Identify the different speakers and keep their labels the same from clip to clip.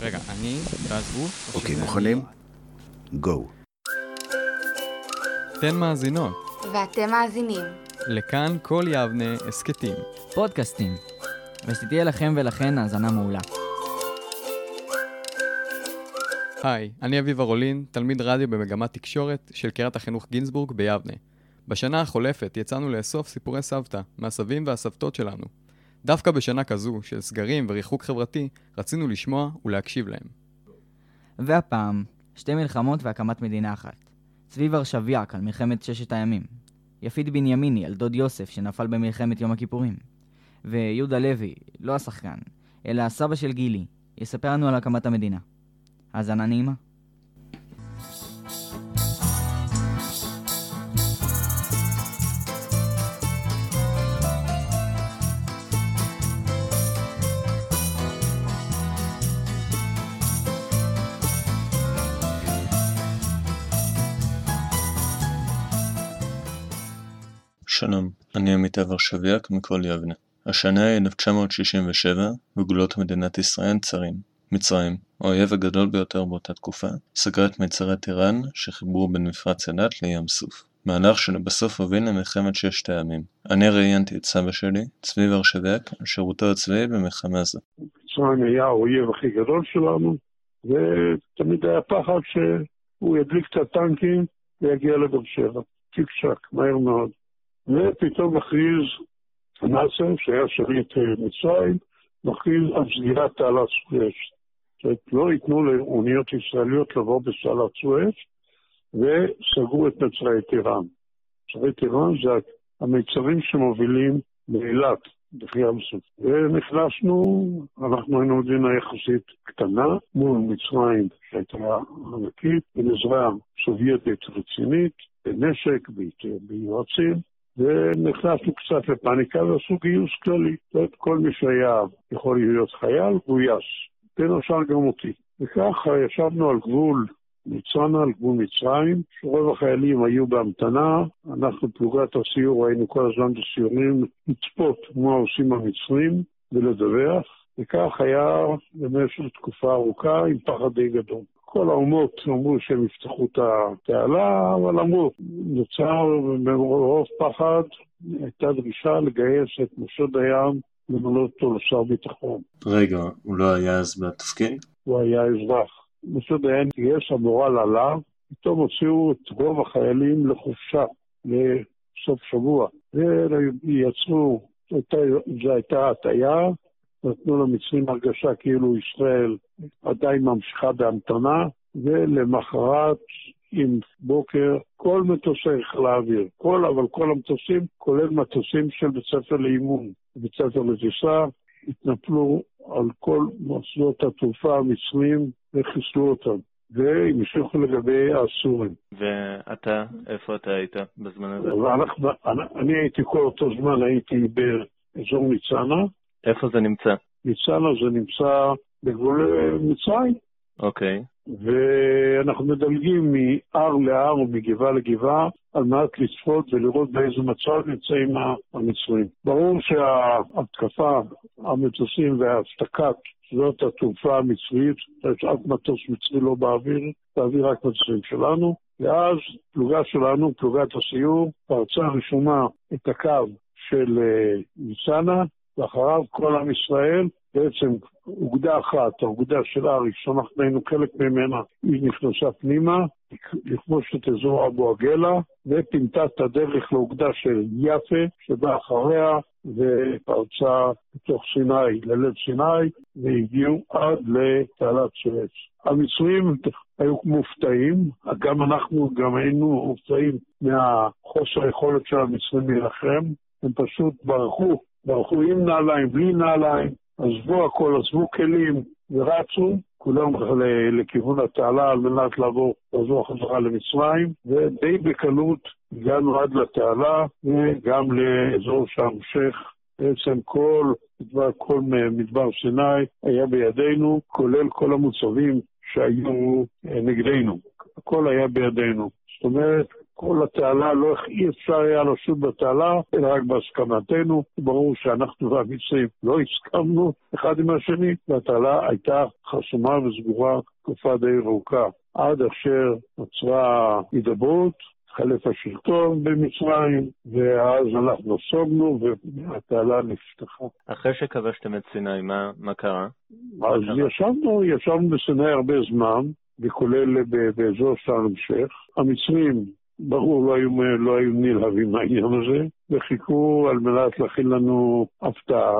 Speaker 1: רגע, אני, ואז הוא.
Speaker 2: אוקיי, מוכנים? גו.
Speaker 1: אתן מאזינות.
Speaker 3: ואתם מאזינים.
Speaker 1: לכאן כל יבנה הסקטים.
Speaker 4: פודקאסטים. ושתהיה לכם ולכן האזנה מעולה.
Speaker 1: היי, אני אביב הרולין, תלמיד רדיו במגמת תקשורת של קריית החינוך גינזבורג ביבנה. בשנה החולפת יצאנו לאסוף סיפורי סבתא מהסבים והסבתות שלנו. דווקא בשנה כזו של סגרים וריחוק חברתי, רצינו לשמוע ולהקשיב להם.
Speaker 4: והפעם, שתי מלחמות והקמת מדינה אחת. צבי ורשביאק על מלחמת ששת הימים. יפית בנימיני על דוד יוסף שנפל במלחמת יום הכיפורים. ויהודה לוי, לא השחקן, אלא הסבא של גילי, יספר לנו על הקמת המדינה. האזנה נעימה.
Speaker 5: שלום, אני עמית ורשביאק מכל יבנה. השנה היא 1967 וגבולות מדינת ישראל צרים. מצרים, האויב הגדול ביותר באותה תקופה, סגרה את מצרי טיראן שחיברו בין מפרץ אילת לים סוף. מהלך שלבסוף הוביל למלחמת ששת הימים. אני ראיינתי את סבא שלי, צבי ורשביאק, על שירותו הצבאי במלחמה זו.
Speaker 6: מצרים היה האויב הכי גדול שלנו, ותמיד היה פחד שהוא ידליק את הטנקים ויגיע לבאר שבע. צ'יק צ'ק, מהר מאוד. ופתאום מכריז הנאצר, שהיה שליט מצרים, מכריז על סגירת תעלת סואץ. זאת אומרת, לא ייתנו לאוניות ישראליות לבוא בסעלת סואץ, וסגרו את מצרי טיראן. מצרי טיראן זה המיצרים שמובילים לאילת, בים סוף. ונכנסנו, אנחנו היינו מדינה יחסית קטנה, מול מצרים שהייתה ענקית, בנזרה סובייטית רצינית, בנשק, ביועצים, ונכנסנו קצת לפניקה ועשו גיוס כללי. זאת אומרת, כל מי שהיה יכול להיות חייל, גויס. בין השאר גם אותי. וכך ישבנו על גבול ניצנה, על גבול מצרים, שרוב החיילים היו בהמתנה, אנחנו פלוגת הסיור היינו כל הזמן בסיורים לצפות מה עושים המצרים ולדווח, וכך היה במשך תקופה ארוכה עם פחד די גדול. כל האומות אמרו שהם יפתחו את התעלה, אבל אמרו, נוצר ברוב פחד, הייתה דרישה לגייס את משה דיין למלא אותו לשר ביטחון.
Speaker 5: רגע, הוא לא היה אז בתפקיד? הוא
Speaker 6: היה אזרח. משה דיין גייס, המורל עלה, פתאום הוציאו את רוב החיילים לחופשה, לסוף שבוע. ויצרו, זו הייתה הטעיה, נתנו למצרים הרגשה כאילו ישראל עדיין ממשיכה בהמתנה, ולמחרת עם בוקר כל מטוסי חיל האוויר, אבל כל המטוסים, כולל מטוסים של בית ספר לאימון, בית ספר לטיסה, התנפלו על כל מוסדות התעופה המצרים וחיסלו אותם. והמשיכו לגבי הסורים.
Speaker 5: ואתה, איפה אתה היית בזמן הזה?
Speaker 6: אני הייתי כל אותו זמן, הייתי באזור ניצנה.
Speaker 5: איפה זה נמצא?
Speaker 6: ניצנה זה נמצא בגבול מצרים.
Speaker 5: אוקיי.
Speaker 6: ואנחנו מדלגים מהר להר ומגבעה לגבעה על מנת לצפות ולראות באיזה מצב נמצאים המצרים. ברור שההתקפה, המטוסים וההפסקת זאת התעופה המצרית, אף מטוס מצרי לא באוויר רק מטוסים שלנו, ואז פלוגה שלנו, פלוגת הסיור, פרצה רשומה את הקו של ניצנה, ואחריו כל עם ישראל, בעצם אוגדה אחת, האוגדה של אריק, שאנחנו היינו חלק ממנה, היא נכנסה פנימה, לכבוש את אזור אבו עגלה, ופינתה את הדרך לאוגדה של יפה, שבאה אחריה, ופרצה בתוך סיני, ללב סיני, והגיעו עד לתעלת סואץ. המצרים היו מופתעים, גם היינו מופתעים מהחוסר היכולת של המצרים להילחם, הם פשוט ברחו עם נעליים, בלי נעליים, עזבו הכל, עזבו כלים ורצו, כולם לכיוון התעלה על מנת לעבור חזרה למצרים, ודי בקלות הגענו עד לתעלה וגם לאזור שהמשך, בעצם כל מדבר סיני היה בידינו, כולל כל המוצבים שהיו נגדנו, הכל היה בידינו. זאת אומרת, כל התעלה, לא אי אפשר היה לשוט בתעלה, אלא רק בהסכמתנו. ברור שאנחנו והמצרים לא הסכמנו אחד עם השני, והתעלה הייתה חסומה וסגורה תקופה די ארוכה. עד אשר נוצרה הידברות, חלף השלטון במצרים, ואז אנחנו סוגנו והתעלה נפתחה.
Speaker 5: אחרי שכבשתם את סיני, מה קרה?
Speaker 6: אז ישבנו בסיני הרבה זמן, וכולל באזור שארם א-שייח. המצרים, ברור, לא היו נלהבים מהעניין הזה, וחיכו על מנת להכין לנו הפתעה.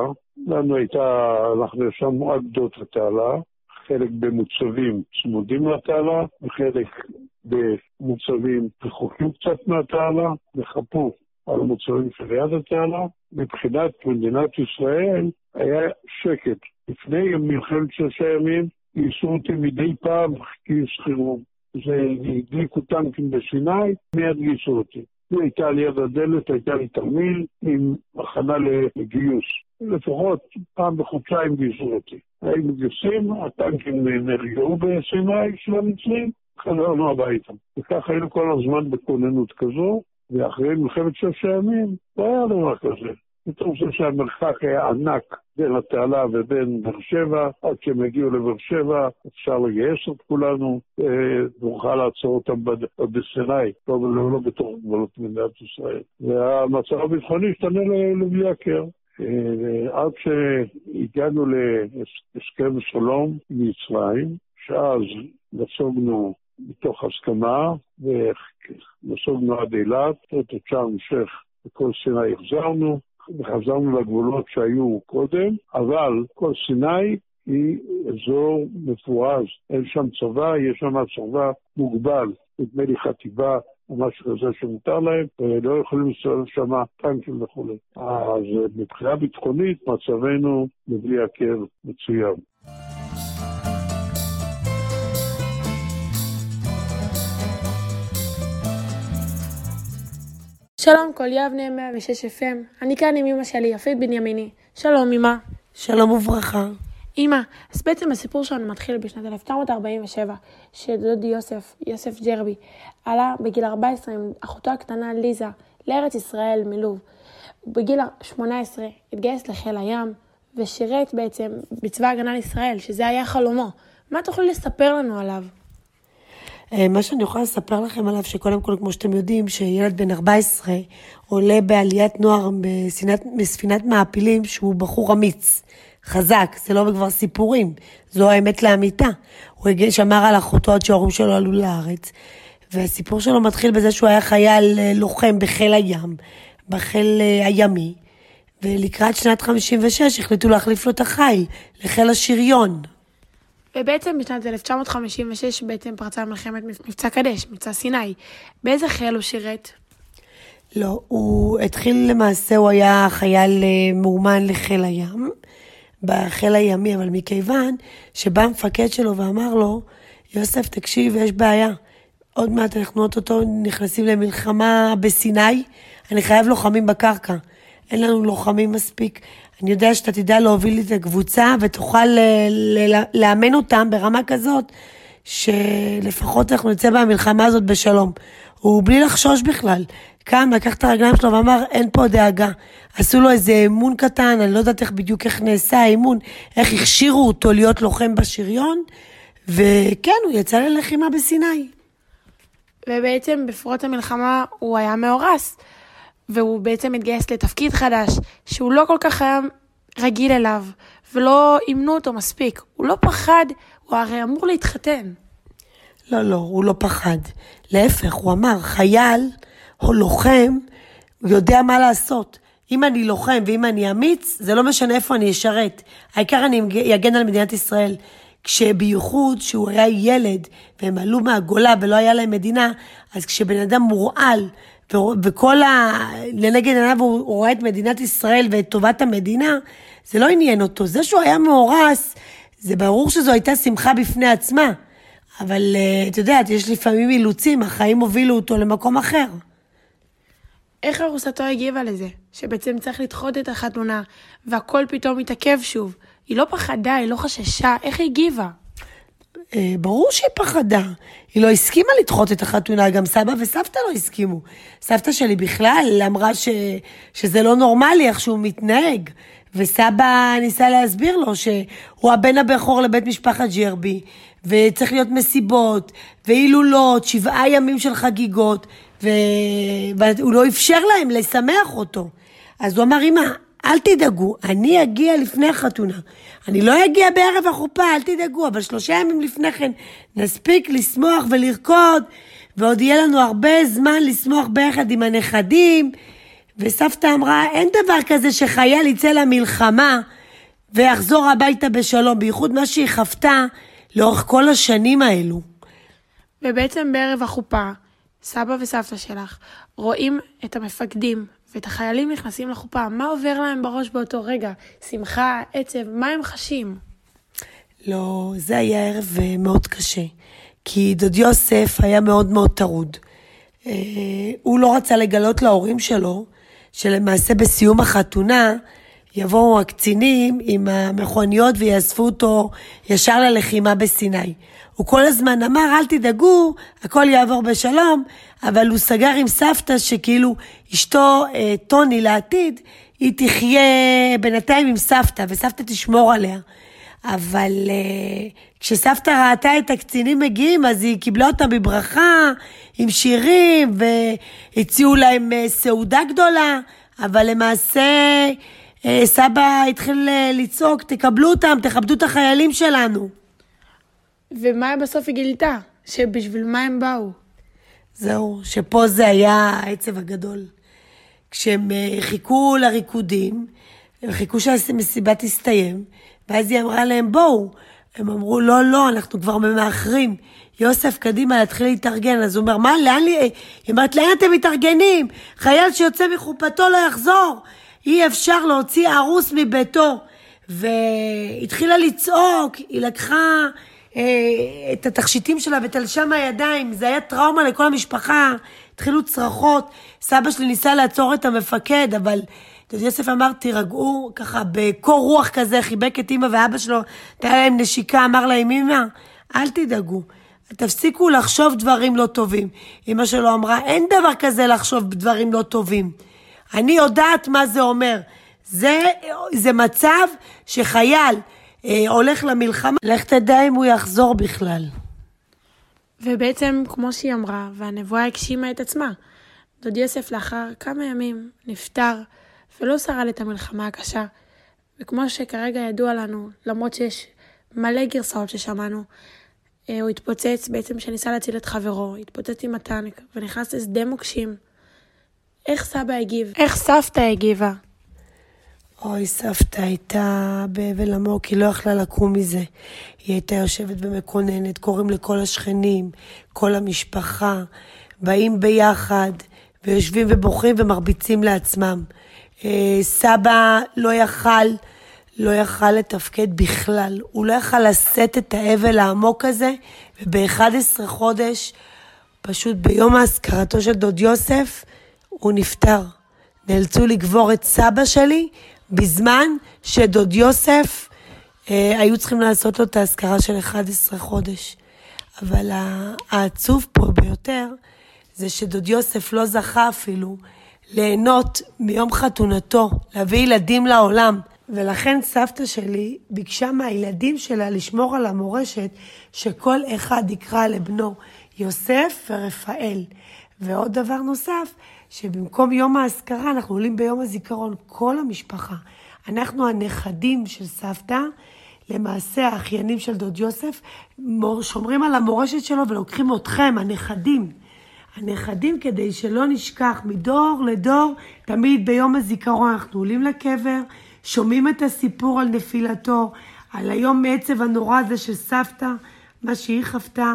Speaker 6: אנחנו ישבנו עד גדות התעלה, חלק במוצבים צמודים לתעלה, וחלק במוצבים רחוקים קצת מהתעלה, וחפו על המוצבים שליד התעלה. מבחינת מדינת ישראל היה שקט. לפני מלחמת 6 ימים, גייסו אותי מדי פעם כגיוס חירום. זה הדליקו טנקים בסיני, מיד גייסו אותי. היא הייתה על יד הדלת, הייתה לי תרמיל עם הכנה לגיוס. לפחות פעם בחודשיים גייסו אותי. היינו גייסים, הטנקים נרגעו בסיני של המצרים, חזרנו הביתה. וכך היינו כל הזמן בכוננות כזו, ואחרי מלחמת 6 ימים, לא היה דבר כזה. פתאום זה שהמרחק היה ענק בין התעלה ובין באר שבע, עד שהם הגיעו לבאר שבע, אפשר לגייס את כולנו, ונוכל לעצור אותם בסיני, לא בתוך גבולות מדינת ישראל. והמצב הביטחוני השתנה לבלי הכר. עד שהגענו להסכם שלום עם מצרים, שאז נסוגנו מתוך הסכמה, ונסוגנו עד אילת, את שארם א-שייח וכל סיני החזרנו, וחזרנו לגבולות שהיו קודם, אבל כל סיני היא אזור מפורז, אין שם צבא, יש שם צבא מוגבל, נדמה לי חטיבה או משהו כזה שמותר להם, ולא יכולים לסתובב שם טנקים וכו'. אז מבחינה ביטחונית מצבנו מבלי הכר מצוין.
Speaker 3: שלום, כל יבנה 106 FM. אני כאן עם אמא שלי, יפית בנימיני. שלום, אמא.
Speaker 7: שלום וברכה.
Speaker 3: אמא, אז בעצם הסיפור שלנו מתחיל בשנת 1947, שדודי יוסף ג'רבי, עלה בגיל 14 עם אחותו הקטנה ליזה לארץ ישראל מלוב. בגיל 18 התגייס לחיל הים, ושירת בעצם בצבא הגנה לישראל, שזה היה חלומו. מה תוכלי לספר לנו עליו?
Speaker 7: מה שאני יכולה לספר לכם עליו, שקודם כל, כמו שאתם יודעים, שילד בן 14 עולה בעליית נוער בספינת מעפילים, שהוא בחור אמיץ, חזק, זה לא כבר סיפורים, זו האמת לאמיתה. הוא שמר על אחותו עד שההורים שלו עלו לארץ, והסיפור שלו מתחיל בזה שהוא היה חייל לוחם בחיל הים, בחיל הימי, ולקראת שנת 56 החליטו להחליף לו את החיל לחיל השריון.
Speaker 3: ובעצם בשנת 1956 בעצם פרצה מלחמת מבצע קדש, מבצע סיני. באיזה חיל הוא שירת?
Speaker 7: לא, הוא התחיל למעשה, הוא היה חייל מאומן לחיל הים, בחיל הימי, אבל מכיוון שבא מפקד שלו ואמר לו, יוסף תקשיב, יש בעיה, עוד מעט אנחנו אותו נכנסים למלחמה בסיני, אני חייב לוחמים בקרקע, אין לנו לוחמים מספיק, אני יודע שאתה תדע להוביל את הקבוצה ותוכל לאמן אותם ברמה כזאת שלפחות אנחנו נצא במלחמה הזאת בשלום. הוא בלי לחשוש בכלל, קם, לקח את הרגליים שלו ואמר אין פה דאגה. עשו לו איזה אימון קטן, אני לא יודעת איך נעשה האימון, איך הכשירו אותו להיות לוחם בשריון, וכן, הוא יצא ללחימה בסיני.
Speaker 3: ובעצם בפרוץ המלחמה הוא היה מאורס, והוא בעצם התגייס לתפקיד חדש, שהוא לא כל כך היה רגיל אליו, ולא אימנו אותו מספיק. הוא לא פחד, הוא הרי אמור להתחתן.
Speaker 7: לא, הוא לא פחד. להפך, הוא אמר, חייל או לוחם, הוא יודע מה לעשות. אם אני לוחם ואם אני אמיץ, זה לא משנה איפה אני אשרת. העיקר אני אגן על מדינת ישראל. כשבייחוד שהוא היה ילד, והם עלו מהגולה ולא היה להם מדינה, אז כשבן אדם מורעל, וכל לנגד עיניו הוא רואה את מדינת ישראל ואת טובת המדינה, זה לא עניין אותו. זה שהוא היה מאורס, זה ברור שזו הייתה שמחה בפני עצמה. אבל את יודעת, יש לפעמים אילוצים, החיים הובילו אותו למקום אחר.
Speaker 3: איך ארוסתו הגיבה לזה? שבעצם צריך לדחות את החתונה, והכל פתאום מתעכב שוב. היא לא פחדה, היא לא חששה, איך היא הגיבה?
Speaker 7: ברור שהיא פחדה. היא לא הסכימה לדחות את החתונה, גם סבא וסבתא לא הסכימו. סבתא שלי בכלל אמרה שזה לא נורמלי איך שהוא מתנהג. וסבא ניסה להסביר לו שהוא הבן הבכור לבית משפחת ג'רבי, וצריך להיות מסיבות, והילולות, 7 ימים של חגיגות, והוא לא אפשר להם לשמח אותו. אז הוא אמר, אמא, אל תדאגו, אני אגיע לפני החתונה. אני לא אגיע בערב החופה, אל תדאגו, אבל 3 ימים לפני כן נספיק לשמוח ולרקוד, ועוד יהיה לנו הרבה זמן לשמוח ביחד עם הנכדים. וסבתא אמרה, אין דבר כזה שחייל יצא למלחמה ויחזור הביתה בשלום, בייחוד מה שהיא חפתה לאורך כל השנים האלו.
Speaker 3: ובעצם בערב החופה, סבא וסבתא שלך רואים את המפקדים ואת החיילים נכנסים לחופה. מה עובר להם בראש באותו רגע? שמחה, עצב, מה הם חשים?
Speaker 7: לא, זה היה ערב מאוד קשה, כי דוד יוסף היה מאוד מאוד טרוד. הוא לא רצה לגלות להורים שלו, שלמעשה בסיום החתונה יבואו הקצינים עם המכוניות ויאספו אותו ישר ללחימה בסיני. הוא כל הזמן אמר, אל תדאגו, הכל יעבור בשלום, אבל הוא סגר עם סבתא שכאילו אשתו טוני לעתיד, היא תחיה בינתיים עם סבתא, וסבתא תשמור עליה. אבל כשסבתא ראתה את הקצינים מגיעים, אז היא קיבלה אותם בברכה, עם שירים, והציעו להם סעודה גדולה, אבל למעשה סבא התחיל לצעוק, תקבלו אותם, תכבדו את החיילים שלנו.
Speaker 3: ומה בסוף היא גילתה? שבשביל מה הם באו?
Speaker 7: זהו, שפה זה היה העצב הגדול. כשהם חיכו לריקודים, הם חיכו שהמסיבה תסתיים, ואז היא אמרה להם, בואו. הם אמרו, לא, אנחנו כבר ממאחרים. יוסף קדימה להתחיל להתארגן. אז הוא אומר, מה, לאן לי? היא אומרת, לאן אתם מתארגנים? חייל שיוצא מחופתו לא יחזור. אי אפשר להוציא ארוס מביתו. והתחילה לצעוק, היא לקחה את התכשיטים שלה ותלשה מהידיים. זה היה טראומה לכל המשפחה. התחילו צרחות. סבא שלי ניסה לעצור את המפקד, אבל דוד יוסף אמר, תירגעו, ככה בקור רוח כזה, חיבק את אמא ואבא שלו, תהיה להם נשיקה, אמר להם, אמא, אל תדאגו, תפסיקו לחשוב דברים לא טובים. אמא שלו אמרה, אין דבר כזה לחשוב דברים לא טובים. אני יודעת מה זה אומר. זה מצב שחייל הולך למלחמה, לך תדע אם הוא יחזור בכלל.
Speaker 3: ובעצם, כמו שהיא אמרה, והנבואה הגשימה את עצמה, דוד יוסף לאחר כמה ימים נפטר, ולא שרד את המלחמה הקשה. וכמו שכרגע ידוע לנו, למרות שיש מלא גרסאות ששמענו, הוא התפוצץ בעצם שניסה להציל את חברו, התפוצץ עם הטנק ונכנס לשדה מוקשים. איך סבא הגיב? איך סבתא הגיבה?
Speaker 7: אוי, סבתא הייתה באבל עמוק, היא לא יכלה לקום מזה. היא הייתה יושבת ומקוננת, קוראים לכל השכנים, כל המשפחה, באים ביחד ויושבים ובוכים ומרביצים לעצמם. סבא לא יכל לתפקד בכלל, הוא לא יכל לשאת את האבל העמוק הזה, וב-11 חודש, פשוט ביום ההזכרתו של דוד יוסף, הוא נפטר. נאלצו לגבור את סבא שלי, בזמן שדוד יוסף היו צריכים לעשות לו את ההזכרה של 11 חודש. אבל העצוב פה ביותר, זה שדוד יוסף לא זכה אפילו ליהנות מיום חתונתו, להביא ילדים לעולם. ולכן סבתא שלי ביקשה מהילדים שלה לשמור על המורשת שכל אחד יקרא לבנו יוסף ורפאל. ועוד דבר נוסף, שבמקום יום ההזכרה אנחנו עולים ביום הזיכרון, כל המשפחה. אנחנו הנכדים של סבתא, למעשה האחיינים של דוד יוסף, שומרים על המורשת שלו ולוקחים אתכם, הנכדים כדי שלא נשכח מדור לדור, תמיד ביום הזיכרון אנחנו עולים לקבר, שומעים את הסיפור על נפילתו, על היום מעצב הנורא הזה של סבתא, מה שהיא חפתה,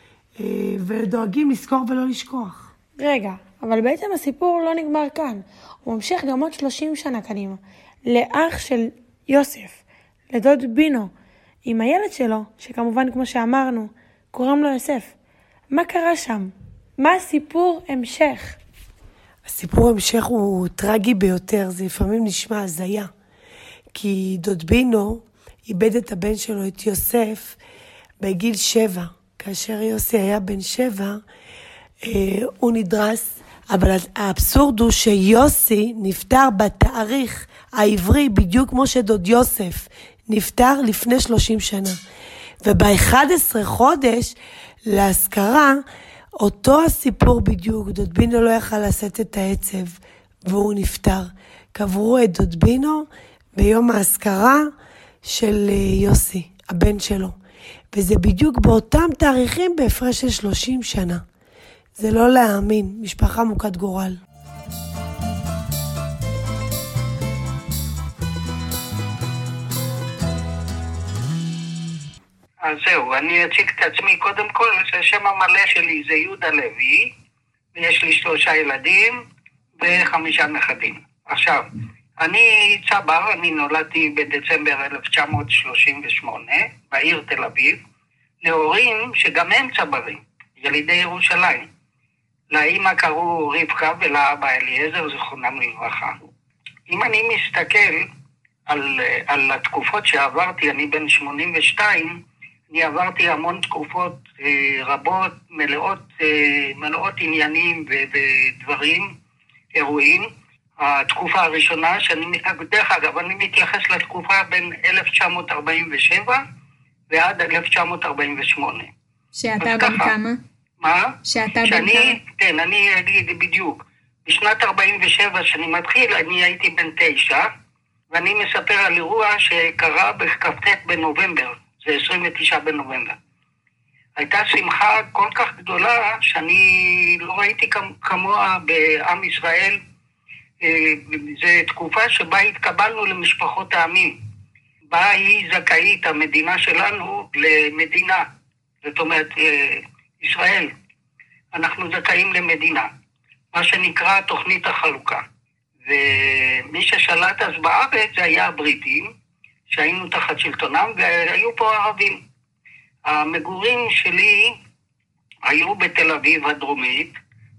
Speaker 7: ודואגים לזכור ולא לשכוח.
Speaker 3: רגע, אבל בעצם הסיפור לא נגמר כאן. הוא ממשיך גם עוד 30 שנה קדימה. לאח של יוסף, לדוד בינו, עם הילד שלו, שכמובן כמו שאמרנו, קוראים לו יוסף. מה קרה שם? מה הסיפור המשך?
Speaker 7: הסיפור המשך הוא טרגי ביותר, זה לפעמים נשמע הזיה. כי דוד בינו איבד את הבן שלו, את יוסף, בגיל 7, כאשר יוסי היה בן 7, הוא נדרס, אבל האבסורד הוא שיוסי נפטר בתאריך העברי, בדיוק כמו שדוד יוסף נפטר לפני 30 שנה. וב-11 חודש להזכרה, אותו הסיפור בדיוק, דוד בינו לא יכל לשאת את העצב, והוא נפטר. קברו את דוד בינו ביום ההזכרה של יוסי, הבן שלו. וזה בדיוק באותם תאריכים בהפרש של 30 שנה. זה לא להאמין, משפחה מוכת גורל.
Speaker 8: אז זהו, אני אציג את עצמי. קודם כל, השם המלא שלי זה יהודה לוי, ויש לי 3 ילדים ו5 נכדים. עכשיו, אני צבר, אני נולדתי בדצמבר 1938, בעיר תל אביב, להורים שגם הם צברים, ילידי ירושלים. לאמא קראו רבקה ולאבא אליעזר, זכרונם לברכה. אם אני מסתכל על התקופות שעברתי, אני בן 82, אני עברתי המון תקופות רבות, מלאות עניינים ודברים, אירועים. התקופה הראשונה, דרך אגב, אני מתייחס לתקופה בין 1947 ועד 1948.
Speaker 9: שאתה בן כמה?
Speaker 8: מה?
Speaker 9: שאתה בן כמה?
Speaker 8: כן, אני אגיד בדיוק. בשנת 47 שאני מתחיל, אני הייתי בן 9, ואני מספר על אירוע שקרה בכ"ט בנובמבר, זה 29 בנובמבר. הייתה שמחה כל כך גדולה שאני לא ראיתי כמוה בעם ישראל. זו תקופה שבה התקבלנו למשפחות העמים. בה היא זכאית, המדינה שלנו, למדינה. זאת אומרת, ישראל. אנחנו זכאים למדינה. מה שנקרא תוכנית החלוקה. ומי ששלט אז בארץ זה היה הבריטים, שהיינו תחת שלטונם, והיו פה ערבים. המגורים שלי היו בתל אביב הדרומית,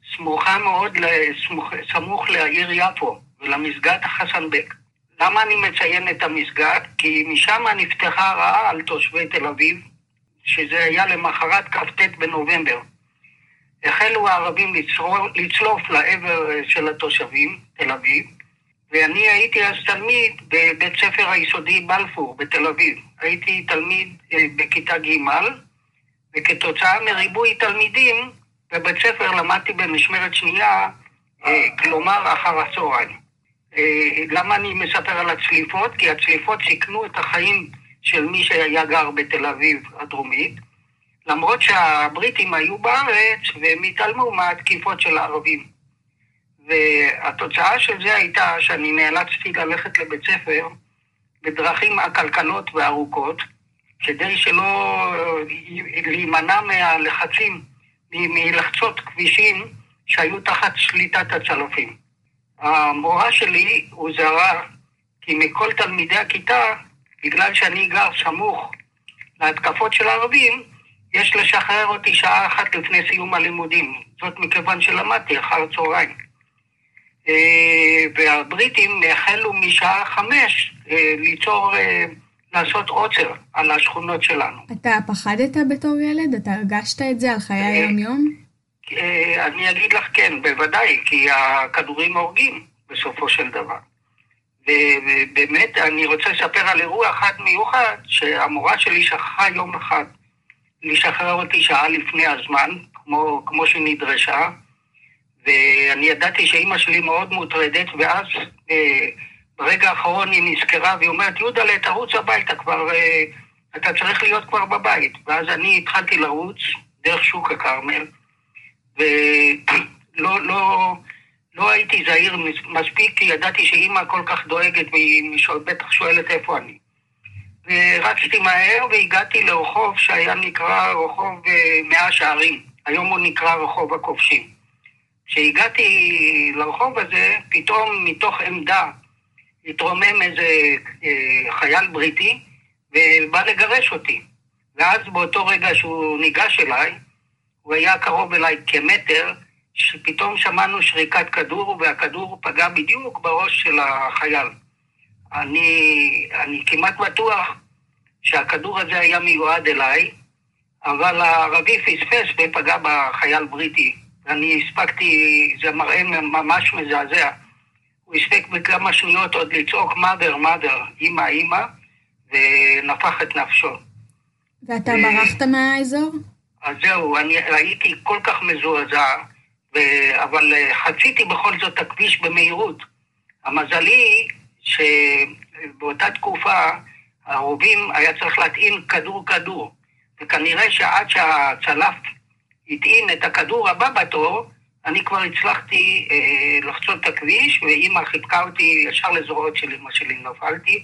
Speaker 8: סמוך לעיר יפו ולמסגד החסנבק. למה אני מציין את המסגד? כי משם נפתחה רעה על תושבי תל אביב, שזה היה למחרת כ"ט בנובמבר. החלו הערבים לצלוף לעבר של התושבים, תל אביב, ואני הייתי אז תלמיד בבית ספר היסודי בלפור בתל אביב. הייתי תלמיד בכיתה ג', וכתוצאה מריבוי תלמידים, בבית ספר למדתי במשמרת שנייה, כלומר אחר הצהריים. למה אני מספר על הצליפות? כי הצליפות סיכנו את החיים של מי שהיה גר בתל אביב הדרומית, למרות שהבריטים היו בארץ והם התעלמו מהתקיפות של הערבים. והתוצאה של זה הייתה שאני נאלצתי ללכת לבית ספר בדרכים עקלקלות וארוכות, כדי שלא להימנע מהלחצים, מלחצות כבישים שהיו תחת שליטת הצלפים. המורה שלי הוזהרה כי מכל תלמידי הכיתה, בגלל שאני גר סמוך להתקפות של הערבים, יש לשחרר אותי שעה אחת לפני סיום הלימודים. זאת מכיוון שלמדתי אחר הצהריים. והבריטים החלו משעה 5 לעשות עוצר על השכונות שלנו.
Speaker 9: אתה פחדת בתור ילד? אתה הרגשת את זה על חיי היום-יום?
Speaker 8: אני אגיד לך כן, בוודאי, כי הכדורים הורגים בסופו של דבר. ובאמת אני רוצה לספר על אירוע אחד מיוחד, שהמורה שלי שכחה יום אחד לשחרר אותי שעה לפני הזמן, כמו שנדרשה, ואני ידעתי שאמא שלי מאוד מוטרדת, ואז ברגע האחרון היא נזכרה והיא אומרת, יהודה, תרוץ הביתה כבר, אתה צריך להיות כבר בבית. ואז אני התחלתי לרוץ דרך שוק הכרמל, לא הייתי זהיר מספיק, כי ידעתי שאמא כל כך דואגת והיא בטח שואלת איפה אני. ורצתי מהר והגעתי לרחוב שהיה נקרא רחוב 100 שערים, היום הוא נקרא רחוב הכובשים. כשהגעתי לרחוב הזה, פתאום מתוך עמדה התרומם איזה חייל בריטי ובא לגרש אותי. ואז באותו רגע שהוא ניגש אליי, הוא היה קרוב אליי כמטר, שפתאום שמענו שריקת כדור, והכדור פגע בדיוק בראש של החייל. אני כמעט בטוח שהכדור הזה היה מיועד אליי, אבל הערבי פספס ופגע בחייל בריטי. אני הספקתי, זה מראה ממש מזעזע. הוא הספק בכמה שניות עוד לצעוק mother, אמא, ונפח את נפשו.
Speaker 9: ואתה ברחת מהאזור?
Speaker 8: אז זהו, אני הייתי כל כך מזועזע, אבל חציתי בכל זאת הכביש במהירות. המזלי שבאותה תקופה הרובים היה צריך להטעין כדור, וכנראה שעד שהצלף הטעין את הכדור הבא בתור, אני כבר הצלחתי לחצות את הכביש, ואמא חיבקה אותי ישר לזרועות של אמא שלי, נפלתי,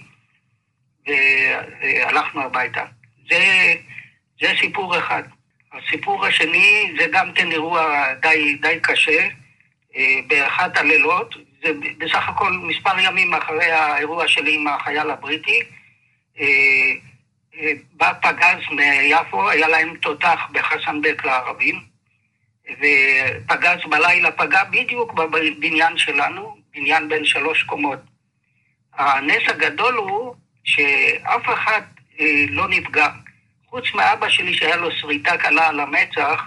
Speaker 8: והלכנו הביתה. זה סיפור אחד. הסיפור השני זה גם כן אירוע די קשה, באחת הלילות, זה בסך הכל מספר ימים אחרי האירוע שלי עם החייל הבריטי, בא פגז מיפו, היה להם תותח בחסנבק לערבים, ופגז בלילה פגע בדיוק בבניין שלנו, בניין בין 3 קומות. הנס הגדול הוא שאף אחד לא נפגע, חוץ מאבא שלי שהיה לו שריטה קלה על המצח,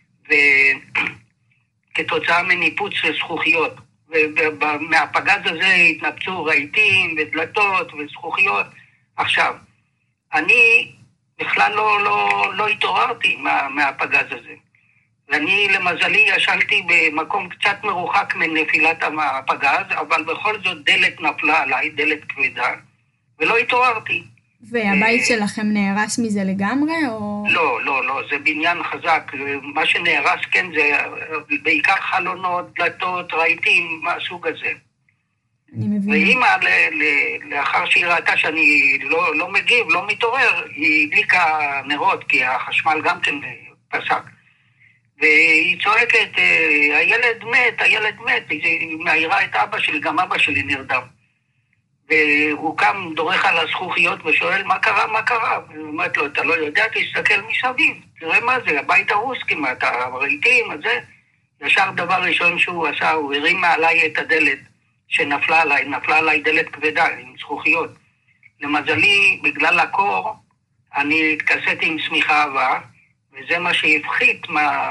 Speaker 8: וכתוצאה מניפוץ לזכוכיות. ומהפגז הזה התנפצו רהיטים ודלתות וזכוכיות. עכשיו, אני בכלל לא התעוררתי מהפגז הזה. ואני למזלי ישנתי במקום קצת מרוחק מנפילת הפגז, אבל בכל זאת דלת נפלה עליי, דלת כבדה, ולא התעוררתי.
Speaker 9: והבית שלכם נהרס מזה לגמרי, או?
Speaker 8: לא, זה בניין חזק. מה שנהרס, כן, זה בעיקר חלונות, דלתות, רהיטים, מהסוג הזה.
Speaker 9: אני מבינה.
Speaker 8: ואמא, לאחר שהיא ראתה שאני לא מגיב, לא מתעורר, היא הדליקה נרות, כי החשמל גם כן פסק. והיא צועקת, הילד מת, היא מעירה את אבא שלי, גם אבא שלי נרדם. והוא קם, דורך על הזכוכיות ושואל, מה קרה? והיא אומרת לו, אתה לא יודע, תסתכל מסביב, תראה מה זה, הבית הרוס כמעט, הרהיטים, הזה. ישר דבר ראשון שהוא עשה, הוא הרים מעליי את הדלת שנפלה עליי דלת כבדה עם זכוכיות. למזלי, בגלל הקור, אני התכסיתי עם שמיכה עבה, וזה מה שהפחית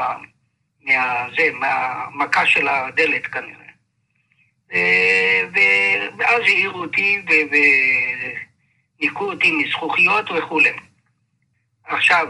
Speaker 8: מהמכה של הדלת כנראה. ואז העירו אותי וניקו אותי מזכוכיות וכו'. עכשיו,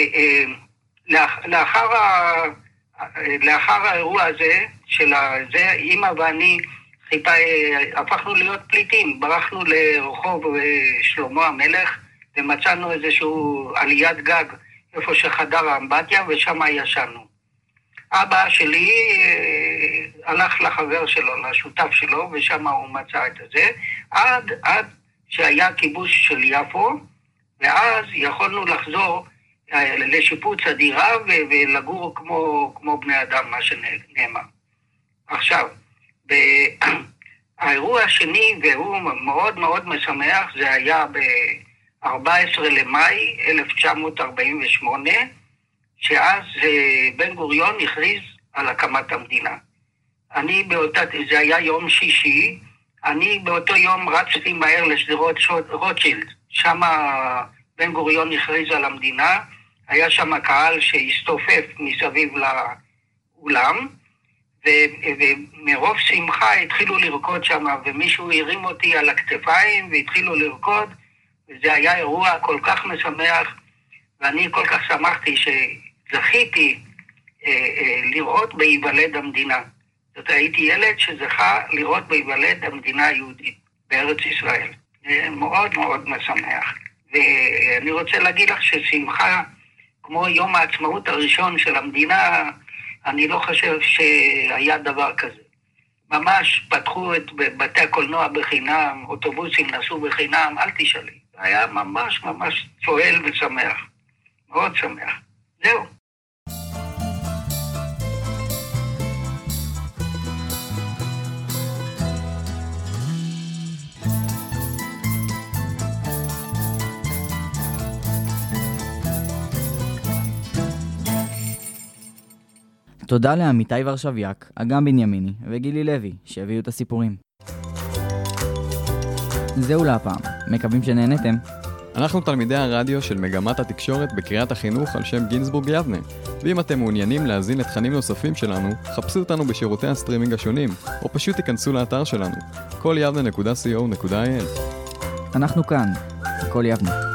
Speaker 8: לאחר האירוע הזה, אמא ואני הפכנו להיות פליטים, ברחנו לרחוב שלמה המלך, ומצאנו איזשהו עליית גג, איפה שחדר האמבטיה, ושם ישנו. אבא שלי הלך לחבר שלו, לשותף שלו, ושם הוא מצא את זה, עד שהיה כיבוש של יפו, ואז יכולנו לחזור לשיפוץ הדירה ולגור כמו בני אדם, מה שנאמר. עכשיו, האירוע השני, והוא מאוד מאוד משמח, זה היה ב-14 למאי 1948, שאז בן גוריון הכריז על הקמת המדינה. זה היה יום שישי, אני באותו יום רצתי מהר לשדרות רוטשילד, שם בן גוריון הכריז על המדינה, היה שם קהל שהסתופף מסביב לאולם, ומרוב שמחה התחילו לרקוד שם, ומישהו הרים אותי על הכתפיים והתחילו לרקוד, וזה היה אירוע כל כך משמח, ואני כל כך שמחתי שזכיתי לראות בהיוולד המדינה. זאת הייתי ילד שזכה לראות בהיוולד המדינה היהודית בארץ ישראל. זה מאוד מאוד משמח. ואני רוצה להגיד לך ששמחה, כמו יום העצמאות הראשון של המדינה, אני לא חושב שהיה דבר כזה. ממש פתחו את בתי הקולנוע בחינם, אוטובוסים נסעו בחינם, אל תשאלי. היה ממש ממש צועל ושמח. מאוד שמח. זהו.
Speaker 4: תודה לעמיתי ורשביאק, אגם בנימיני וגילי לוי שהביאו את הסיפורים. זהו להפעם, מקווים שנהנתם.
Speaker 1: אנחנו תלמידי הרדיו של מגמת התקשורת בקריית החינוך על שם גינזבורג יבנה, ואם אתם מעוניינים להזין לתכנים נוספים שלנו, חפשו אותנו בשירותי הסטרימינג השונים, או פשוט תיכנסו לאתר שלנו, kolyavne.co.il.
Speaker 4: אנחנו כאן, כל יבנה.